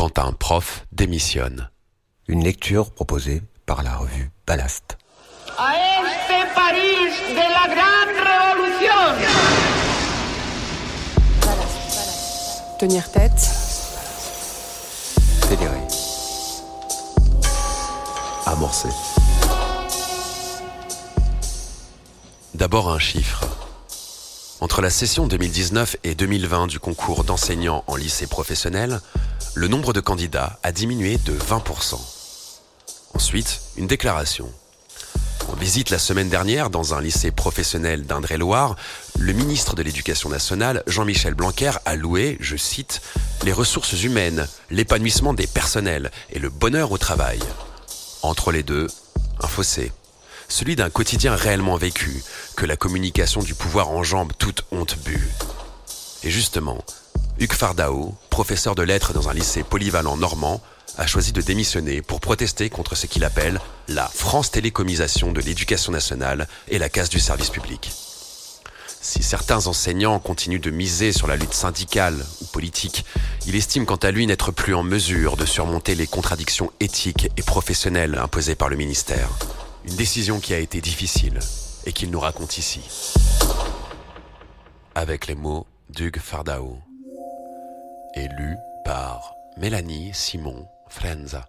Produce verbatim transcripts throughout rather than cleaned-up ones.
quand un prof démissionne. Une lecture proposée par la revue Ballast. A este París de la Grande Révolution. Tenir tête. Fédérer. Amorcer. D'abord un chiffre. Entre la session deux mille dix-neuf et deux mille vingt du concours d'enseignants en lycée professionnel, le nombre de candidats a diminué de vingt pour cent. Ensuite, une déclaration. En visite la semaine dernière dans un lycée professionnel d'Indre-et-Loire, le ministre de l'Éducation nationale, Jean-Michel Blanquer, a loué, je cite, « les ressources humaines, l'épanouissement des personnels et le bonheur au travail ». Entre les deux, un fossé. Celui d'un quotidien réellement vécu, que la communication du pouvoir enjambe toute honte bue. Et justement, Hugues Fardao, professeur de lettres dans un lycée polyvalent normand, a choisi de démissionner pour protester contre ce qu'il appelle la France télécomisation de l'éducation nationale et la casse du service public. Si certains enseignants continuent de miser sur la lutte syndicale ou politique, il estime quant à lui n'être plus en mesure de surmonter les contradictions éthiques et professionnelles imposées par le ministère. Une décision qui a été difficile et qu'il nous raconte ici. Avec les mots d'Hugues Fardao. Et lu par Mélanie Simon Frenza.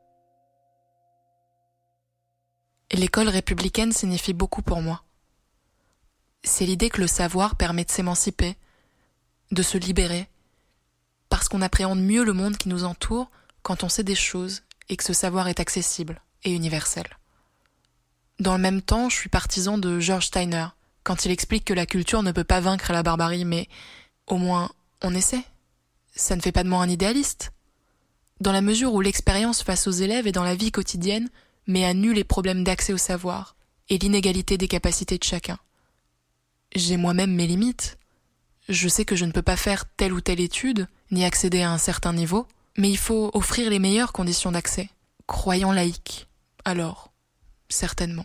L'école républicaine signifie beaucoup pour moi. C'est l'idée que le savoir permet de s'émanciper, de se libérer, parce qu'on appréhende mieux le monde qui nous entoure quand on sait des choses et que ce savoir est accessible et universel. Dans le même temps, je suis partisan de George Steiner, quand il explique que la culture ne peut pas vaincre la barbarie, mais au moins on essaie. Ça ne fait pas de moi un idéaliste. Dans la mesure où l'expérience face aux élèves et dans la vie quotidienne met à nu les problèmes d'accès au savoir et l'inégalité des capacités de chacun. J'ai moi-même mes limites. Je sais que je ne peux pas faire telle ou telle étude, ni accéder à un certain niveau, mais il faut offrir les meilleures conditions d'accès. Croyant laïque, alors, certainement.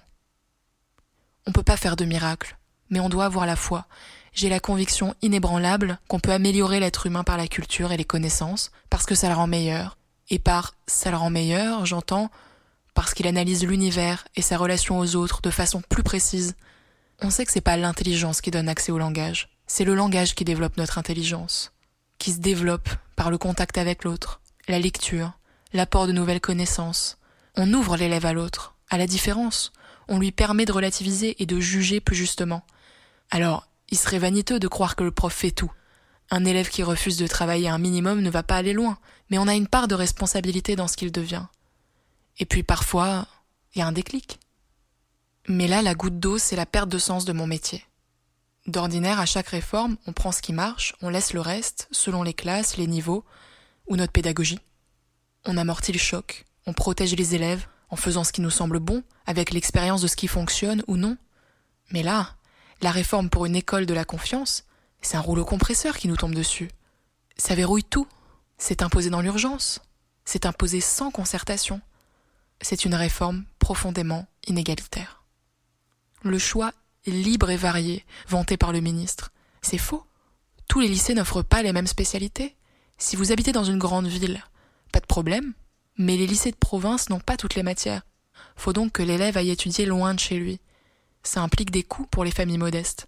On peut pas faire de miracle, mais on doit avoir la foi. J'ai la conviction inébranlable qu'on peut améliorer l'être humain par la culture et les connaissances, parce que ça le rend meilleur. Et par « ça le rend meilleur », j'entends parce qu'il analyse l'univers et sa relation aux autres de façon plus précise. On sait que c'est pas l'intelligence qui donne accès au langage, c'est le langage qui développe notre intelligence, qui se développe par le contact avec l'autre, la lecture, l'apport de nouvelles connaissances. On ouvre l'élève à l'autre, à la différence. On lui permet de relativiser et de juger plus justement. Alors, il serait vaniteux de croire que le prof fait tout. Un élève qui refuse de travailler un minimum ne va pas aller loin, mais on a une part de responsabilité dans ce qu'il devient. Et puis parfois, il y a un déclic. Mais là, la goutte d'eau, c'est la perte de sens de mon métier. D'ordinaire, à chaque réforme, on prend ce qui marche, on laisse le reste, selon les classes, les niveaux, ou notre pédagogie. On amortit le choc, on protège les élèves, en faisant ce qui nous semble bon, avec l'expérience de ce qui fonctionne ou non. Mais là, la réforme pour une école de la confiance, c'est un rouleau compresseur qui nous tombe dessus. Ça verrouille tout. C'est imposé dans l'urgence. C'est imposé sans concertation. C'est une réforme profondément inégalitaire. Le choix libre et varié, vanté par le ministre, c'est faux. Tous les lycées n'offrent pas les mêmes spécialités. Si vous habitez dans une grande ville, pas de problème, mais les lycées de province n'ont pas toutes les matières. Faut donc que l'élève aille étudier loin de chez lui. Ça implique des coûts pour les familles modestes.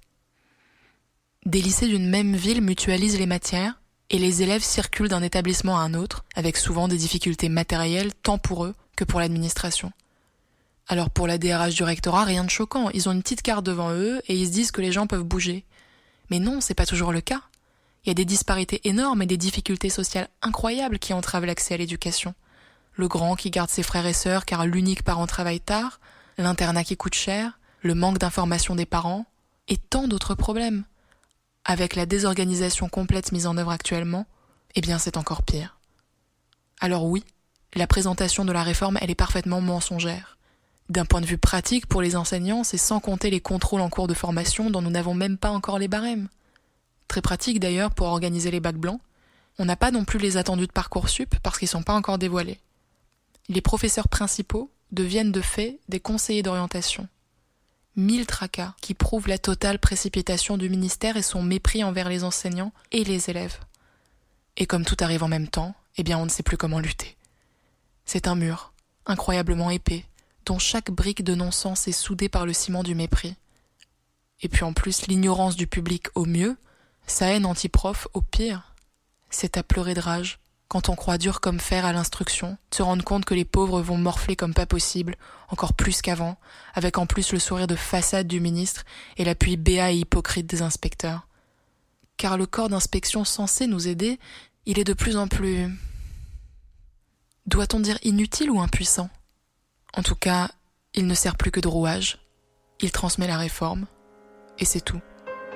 Des lycées d'une même ville mutualisent les matières et les élèves circulent d'un établissement à un autre, avec souvent des difficultés matérielles tant pour eux que pour l'administration. Alors pour la D R H du rectorat, rien de choquant, ils ont une petite carte devant eux et ils se disent que les gens peuvent bouger. Mais non, c'est pas toujours le cas. Il y a des disparités énormes et des difficultés sociales incroyables qui entravent l'accès à l'éducation. Le grand qui garde ses frères et sœurs car l'unique parent travaille tard, l'internat qui coûte cher, le manque d'information des parents, et tant d'autres problèmes. Avec la désorganisation complète mise en œuvre actuellement, eh bien c'est encore pire. Alors oui, la présentation de la réforme, elle est parfaitement mensongère. D'un point de vue pratique, pour les enseignants, c'est sans compter les contrôles en cours de formation dont nous n'avons même pas encore les barèmes. Très pratique d'ailleurs pour organiser les bacs blancs. On n'a pas non plus les attendus de Parcoursup parce qu'ils ne sont pas encore dévoilés. Les professeurs principaux deviennent de fait des conseillers d'orientation. Mille tracas qui prouvent la totale précipitation du ministère et son mépris envers les enseignants et les élèves. Et comme tout arrive en même temps, eh bien on ne sait plus comment lutter. C'est un mur, incroyablement épais, dont chaque brique de non-sens est soudée par le ciment du mépris. Et puis en plus, l'ignorance du public au mieux, sa haine anti-prof au pire. C'est à pleurer de rage, quand on croit dur comme fer à l'instruction, de se rendre compte que les pauvres vont morfler comme pas possible, encore plus qu'avant, avec en plus le sourire de façade du ministre et l'appui béat et hypocrite des inspecteurs. Car le corps d'inspection censé nous aider, il est de plus en plus... Doit-on dire inutile ou impuissant ? En tout cas, il ne sert plus que de rouage. Il transmet la réforme. Et c'est tout.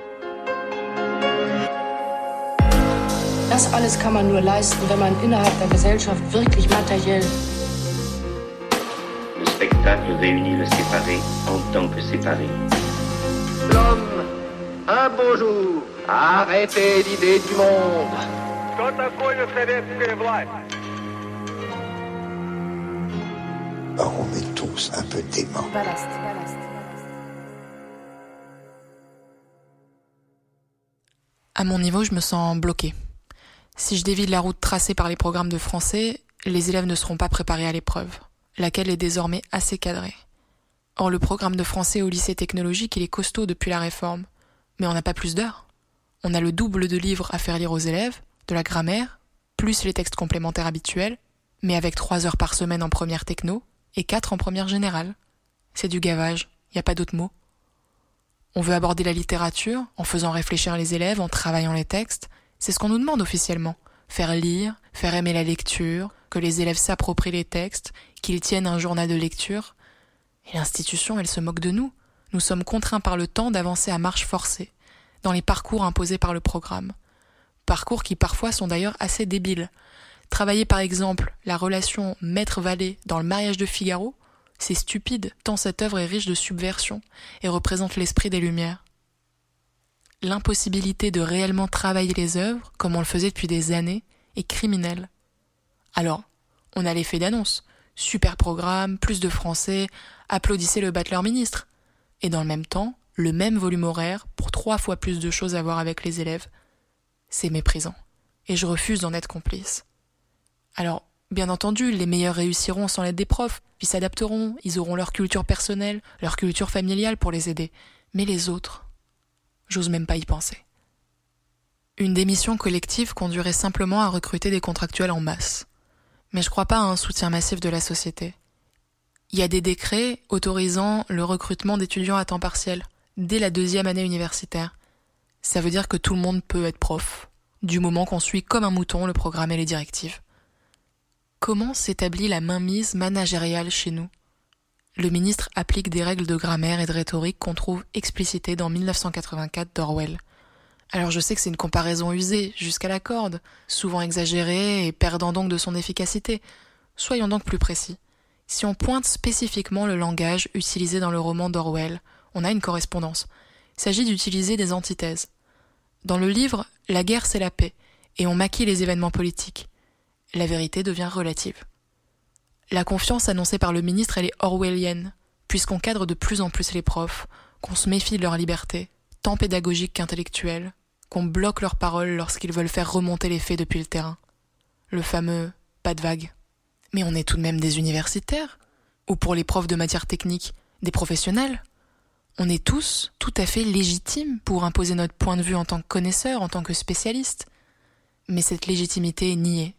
Das alles kann man nur leisten, wenn man innerhalb der Gesellschaft wirklich materiell... Le spectacle réunit le séparé en tant que séparé. L'homme, un beau jour, a arrêté l'idée du monde. Bah, on est tous un peu déments. Ballast, ballast. À mon niveau, je me sens bloquée. Si je dévie de la route tracée par les programmes de français, les élèves ne seront pas préparés à l'épreuve, laquelle est désormais assez cadrée. Or, le programme de français au lycée technologique, il est costaud depuis la réforme. Mais on n'a pas plus d'heures. On a le double de livres à faire lire aux élèves, de la grammaire, plus les textes complémentaires habituels, mais avec trois heures par semaine en première techno et quatre en première générale. C'est du gavage, il n'y a pas d'autre mot. On veut aborder la littérature en faisant réfléchir les élèves, en travaillant les textes. C'est ce qu'on nous demande officiellement. Faire lire, faire aimer la lecture, que les élèves s'approprient les textes, qu'ils tiennent un journal de lecture. Et l'institution, elle se moque de nous. Nous sommes contraints par le temps d'avancer à marche forcée, dans les parcours imposés par le programme. Parcours qui parfois sont d'ailleurs assez débiles. Travailler par exemple la relation maître-valet dans le mariage de Figaro, c'est stupide, tant cette œuvre est riche de subversion et représente l'esprit des Lumières. L'impossibilité de réellement travailler les œuvres, comme on le faisait depuis des années, est criminelle. Alors, on a l'effet d'annonce. Super programme, plus de français, applaudissez le battleur ministre. Et dans le même temps, le même volume horaire pour trois fois plus de choses à voir avec les élèves. C'est méprisant. Et je refuse d'en être complice. Alors, bien entendu, les meilleurs réussiront sans l'aide des profs, puis s'adapteront, ils auront leur culture personnelle, leur culture familiale pour les aider. Mais les autres, j'ose même pas y penser. Une démission collective conduirait simplement à recruter des contractuels en masse. Mais je crois pas à un soutien massif de la société. Il y a des décrets autorisant le recrutement d'étudiants à temps partiel, dès la deuxième année universitaire. Ça veut dire que tout le monde peut être prof, du moment qu'on suit comme un mouton le programme et les directives. Comment s'établit la mainmise managériale chez nous ? Le ministre applique des règles de grammaire et de rhétorique qu'on trouve explicitées dans mille neuf cent quatre-vingt-quatre d'Orwell. Alors je sais que c'est une comparaison usée, jusqu'à la corde, souvent exagérée et perdant donc de son efficacité. Soyons donc plus précis. Si on pointe spécifiquement le langage utilisé dans le roman d'Orwell, on a une correspondance. Il s'agit d'utiliser des antithèses. Dans le livre, la guerre c'est la paix, et on maquille les événements politiques. La vérité devient relative. La confiance annoncée par le ministre, elle est orwellienne, puisqu'on cadre de plus en plus les profs, qu'on se méfie de leur liberté, tant pédagogique qu'intellectuelle, qu'on bloque leurs paroles lorsqu'ils veulent faire remonter les faits depuis le terrain. Le fameux « pas de vague ». Mais on est tout de même des universitaires, ou pour les profs de matière technique, des professionnels. On est tous tout à fait légitimes pour imposer notre point de vue en tant que connaisseurs, en tant que spécialistes. Mais cette légitimité est niée.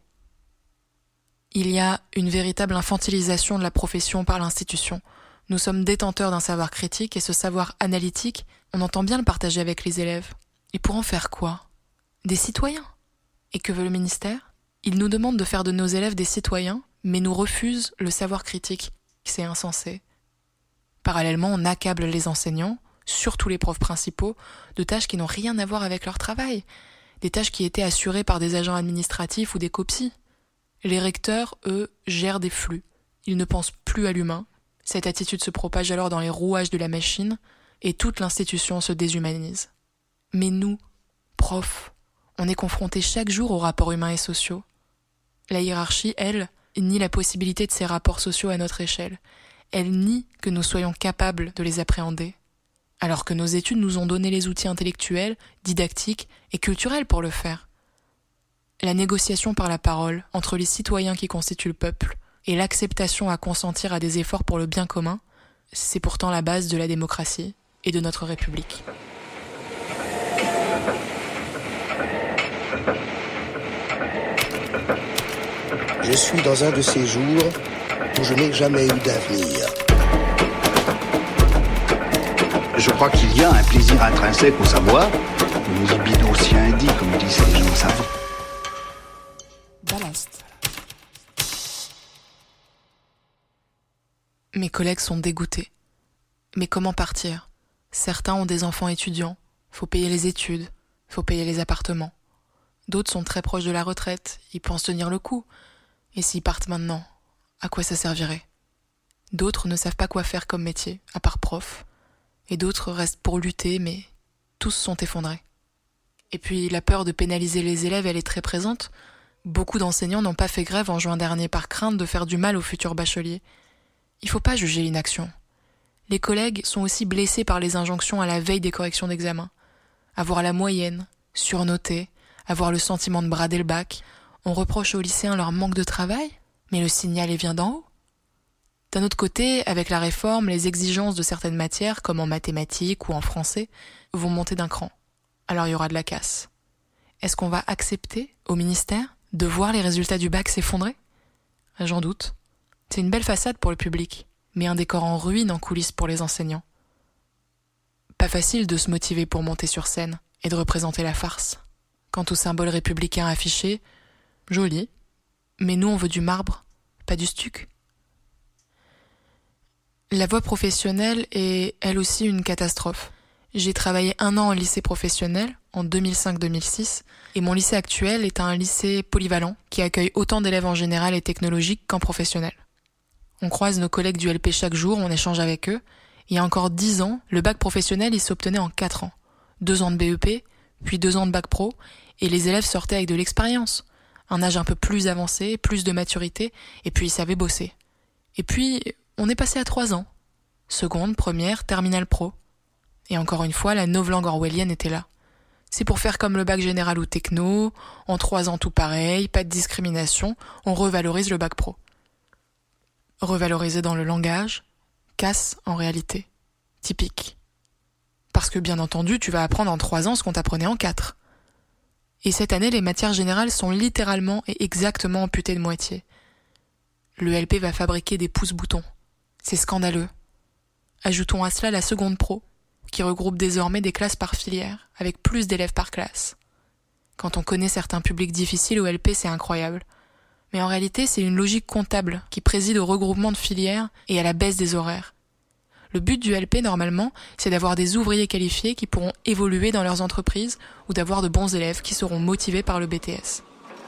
Il y a une véritable infantilisation de la profession par l'institution. Nous sommes détenteurs d'un savoir critique et ce savoir analytique, on entend bien le partager avec les élèves. Et pour en faire quoi ? Des citoyens. Et que veut le ministère ? Il nous demande de faire de nos élèves des citoyens, mais nous refuse le savoir critique. C'est insensé. Parallèlement, on accable les enseignants, surtout les profs principaux, de tâches qui n'ont rien à voir avec leur travail. Des tâches qui étaient assurées par des agents administratifs ou des copsies. Les recteurs, eux, gèrent des flux. Ils ne pensent plus à l'humain. Cette attitude se propage alors dans les rouages de la machine et toute l'institution se déshumanise. Mais nous, profs, on est confrontés chaque jour aux rapports humains et sociaux. La hiérarchie, elle, nie la possibilité de ces rapports sociaux à notre échelle. Elle nie que nous soyons capables de les appréhender. Alors que nos études nous ont donné les outils intellectuels, didactiques et culturels pour le faire. La négociation par la parole entre les citoyens qui constituent le peuple et l'acceptation à consentir à des efforts pour le bien commun, c'est pourtant la base de la démocratie et de notre République. Je suis dans un de ces jours où je n'ai jamais eu d'avenir. Je crois qu'il y a un plaisir intrinsèque au savoir, une libido scienti, comme disent les gens savants. Ballast. Mes collègues sont dégoûtés. Mais comment partir ? Certains ont des enfants étudiants, faut payer les études, faut payer les appartements. D'autres sont très proches de la retraite, ils pensent tenir le coup. Et s'ils partent maintenant, à quoi ça servirait ? D'autres ne savent pas quoi faire comme métier, à part prof. Et d'autres restent pour lutter, mais tous sont effondrés. Et puis la peur de pénaliser les élèves, elle est très présente. Beaucoup d'enseignants n'ont pas fait grève en juin dernier par crainte de faire du mal aux futurs bacheliers. Il faut pas juger l'inaction. Les collègues sont aussi blessés par les injonctions à la veille des corrections d'examen. Avoir la moyenne, surnoter, avoir le sentiment de brader le bac. On reproche aux lycéens leur manque de travail, mais le signal vient d'en haut. D'un autre côté, avec la réforme, les exigences de certaines matières, comme en mathématiques ou en français, vont monter d'un cran. Alors il y aura de la casse. Est-ce qu'on va accepter, au ministère, de voir les résultats du bac s'effondrer ? J'en doute. C'est une belle façade pour le public, mais un décor en ruine en coulisses pour les enseignants. Pas facile de se motiver pour monter sur scène et de représenter la farce. Quant au symbole républicain affiché, joli, mais nous on veut du marbre, pas du stuc. La voie professionnelle est elle aussi une catastrophe. J'ai travaillé un an en lycée professionnel, en deux mille cinq deux mille six, et mon lycée actuel est un lycée polyvalent qui accueille autant d'élèves en général et technologique qu'en professionnel. On croise nos collègues du L P chaque jour, on échange avec eux. Il y a encore dix ans, le bac professionnel il s'obtenait en quatre ans. Deux ans de B E P, puis deux ans de bac pro, et les élèves sortaient avec de l'expérience. Un âge un peu plus avancé, plus de maturité, et puis ils savaient bosser. Et puis, on est passé à trois ans. Seconde, première, terminale pro. Et encore une fois, la novlangue orwellienne était là. C'est pour faire comme le bac général ou techno, en trois ans tout pareil, pas de discrimination, on revalorise le bac pro. Revaloriser dans le langage, casse en réalité. Typique. Parce que bien entendu, tu vas apprendre en trois ans ce qu'on t'apprenait en quatre. Et cette année, les matières générales sont littéralement et exactement amputées de moitié. Le L P va fabriquer des pouces-boutons. C'est scandaleux. Ajoutons à cela la seconde pro, qui regroupe désormais des classes par filière, avec plus d'élèves par classe. Quand on connaît certains publics difficiles au L P, c'est incroyable. Mais en réalité, c'est une logique comptable qui préside au regroupement de filières et à la baisse des horaires. Le but du L P, normalement, c'est d'avoir des ouvriers qualifiés qui pourront évoluer dans leurs entreprises ou d'avoir de bons élèves qui seront motivés par le B T S.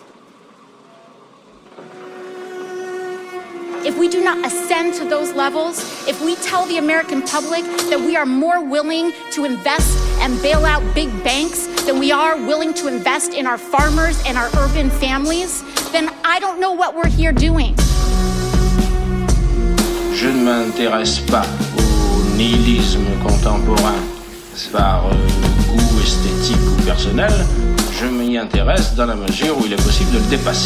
If we do not ascend to those levels, if we tell the American public that we are more willing to invest and bail out big banks than we are willing to invest in our farmers and our urban families, then I don't know what we're here doing. Je ne m'intéresse pas au nihilisme contemporain par euh, goût esthétique ou personnel. Je m'y intéresse dans la mesure où il est possible de le dépasser.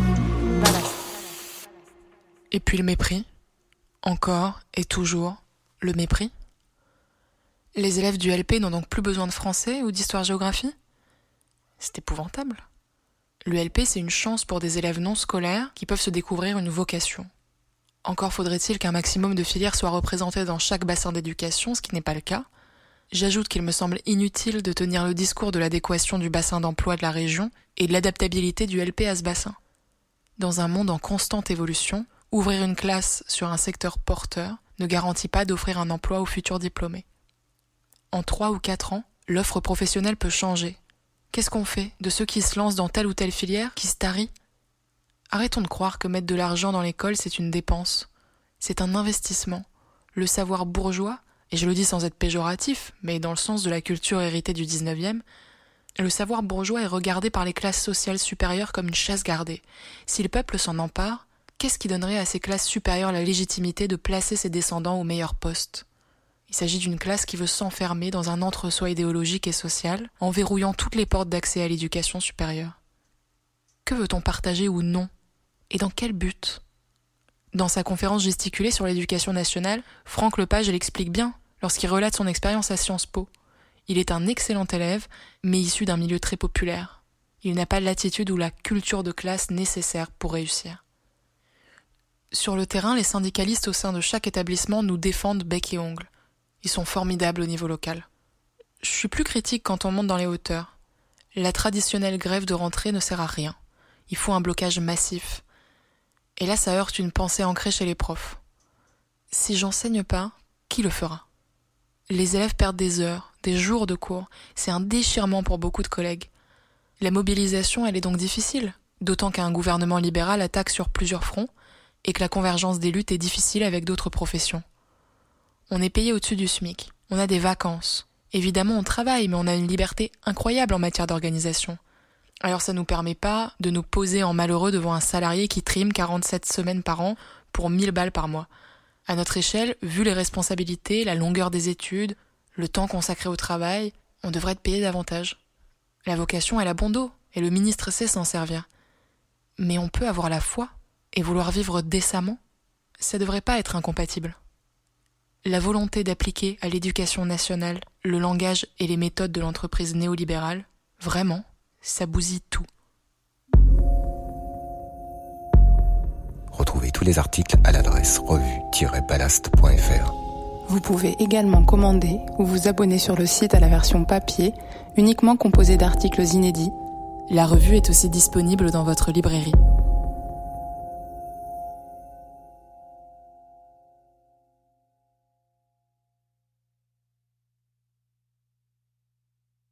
Et puis le mépris. Encore et toujours le mépris. Les élèves du L P n'ont donc plus besoin de français ou d'histoire-géographie ? C'est épouvantable. Le L P, c'est une chance pour des élèves non scolaires qui peuvent se découvrir une vocation. Encore faudrait-il qu'un maximum de filières soient représentées dans chaque bassin d'éducation, ce qui n'est pas le cas. J'ajoute qu'il me semble inutile de tenir le discours de l'adéquation du bassin d'emploi de la région et de l'adaptabilité du L P à ce bassin. Dans un monde en constante évolution, ouvrir une classe sur un secteur porteur ne garantit pas d'offrir un emploi aux futurs diplômés. En trois ou quatre ans, l'offre professionnelle peut changer. Qu'est-ce qu'on fait de ceux qui se lancent dans telle ou telle filière, qui se tarient ? Arrêtons de croire que mettre de l'argent dans l'école, c'est une dépense. C'est un investissement. Le savoir bourgeois, et je le dis sans être péjoratif, mais dans le sens de la culture héritée du dix-neuvième, le savoir bourgeois est regardé par les classes sociales supérieures comme une chasse gardée. Si le peuple s'en empare, qu'est-ce qui donnerait à ces classes supérieures la légitimité de placer ses descendants au meilleur poste ? Il s'agit d'une classe qui veut s'enfermer dans un entre-soi idéologique et social, en verrouillant toutes les portes d'accès à l'éducation supérieure. Que veut-on partager ou non ? Et dans quel but ? Dans sa conférence gesticulée sur l'éducation nationale, Franck Lepage l'explique bien lorsqu'il relate son expérience à Sciences Po. Il est un excellent élève, mais issu d'un milieu très populaire. Il n'a pas l'attitude ou la culture de classe nécessaire pour réussir. Sur le terrain, les syndicalistes au sein de chaque établissement nous défendent bec et ongles. Ils sont formidables au niveau local. Je suis plus critique quand on monte dans les hauteurs. La traditionnelle grève de rentrée ne sert à rien. Il faut un blocage massif. Et là, ça heurte une pensée ancrée chez les profs. Si j'enseigne pas, qui le fera ? Les élèves perdent des heures, des jours de cours. C'est un déchirement pour beaucoup de collègues. La mobilisation, elle est donc difficile, d'autant qu'un gouvernement libéral attaque sur plusieurs fronts et que la convergence des luttes est difficile avec d'autres professions. On est payé au-dessus du SMIC, on a des vacances. Évidemment, on travaille, mais on a une liberté incroyable en matière d'organisation. Alors ça nous permet pas de nous poser en malheureux devant un salarié qui trime quarante-sept semaines par an pour mille balles par mois. À notre échelle, vu les responsabilités, la longueur des études, le temps consacré au travail, on devrait être payé davantage. La vocation, elle a bon dos, et le ministre sait s'en servir. Mais on peut avoir la foi et vouloir vivre décemment. Ça devrait pas être incompatible. La volonté d'appliquer à l'éducation nationale le langage et les méthodes de l'entreprise néolibérale, vraiment, ça bousille tout. Retrouvez tous les articles à l'adresse revue tiret ballast point f r. Vous pouvez également commander ou vous abonner sur le site à la version papier, uniquement composée d'articles inédits. La revue est aussi disponible dans votre librairie.